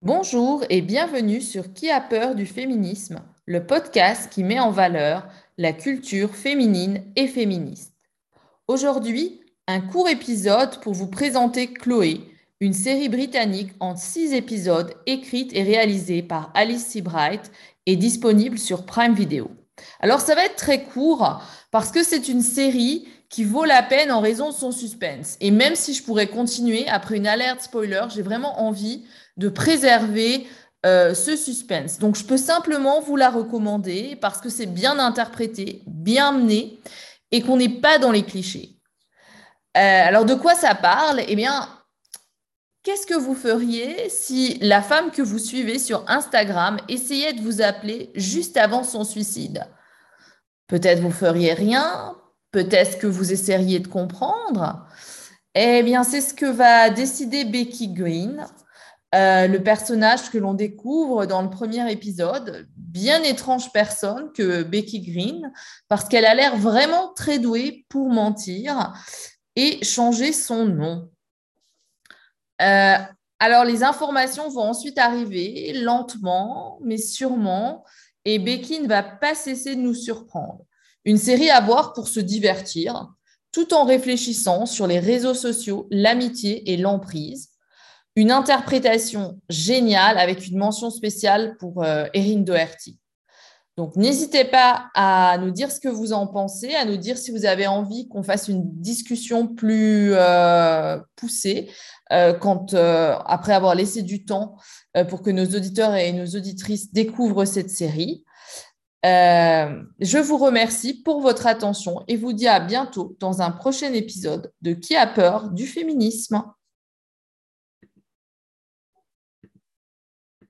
Bonjour et bienvenue sur Qui a peur du féminisme, le podcast qui met en valeur la culture féminine et féministe. Aujourd'hui, un court épisode pour vous présenter Chloé, une série britannique en 6 épisodes écrite et réalisée par Alice Seabright et disponible sur Prime Video. Alors ça va être très court parce que c'est une série qui vaut la peine en raison de son suspense. Et même si je pourrais continuer après une alerte spoiler, j'ai vraiment envie de préserver ce suspense. Donc je peux simplement vous la recommander parce que c'est bien interprété, bien mené et qu'on n'est pas dans les clichés. Alors de quoi ça parle? Eh bien, qu'est-ce que vous feriez si la femme que vous suivez sur Instagram essayait de vous appeler juste avant son suicide? Peut-être vous feriez rien, peut-être que vous essaieriez de comprendre. Eh bien, c'est ce que va décider Becky Green, le personnage que l'on découvre dans le premier épisode. Bien étrange personne que Becky Green, parce qu'elle a l'air vraiment très douée pour mentir et changer son nom. Euh, alors, les informations vont ensuite arriver lentement, mais sûrement, et Becky ne va pas cesser de nous surprendre. Une série à voir pour se divertir, tout en réfléchissant sur les réseaux sociaux, l'amitié et l'emprise. Une interprétation géniale avec une mention spéciale pour Erin Doherty. Donc, n'hésitez pas à nous dire ce que vous en pensez, à nous dire si vous avez envie qu'on fasse une discussion plus poussée après avoir laissé du temps pour que nos auditeurs et nos auditrices découvrent cette série. Je vous remercie pour votre attention et vous dis à bientôt dans un prochain épisode de Qui a peur du féminisme?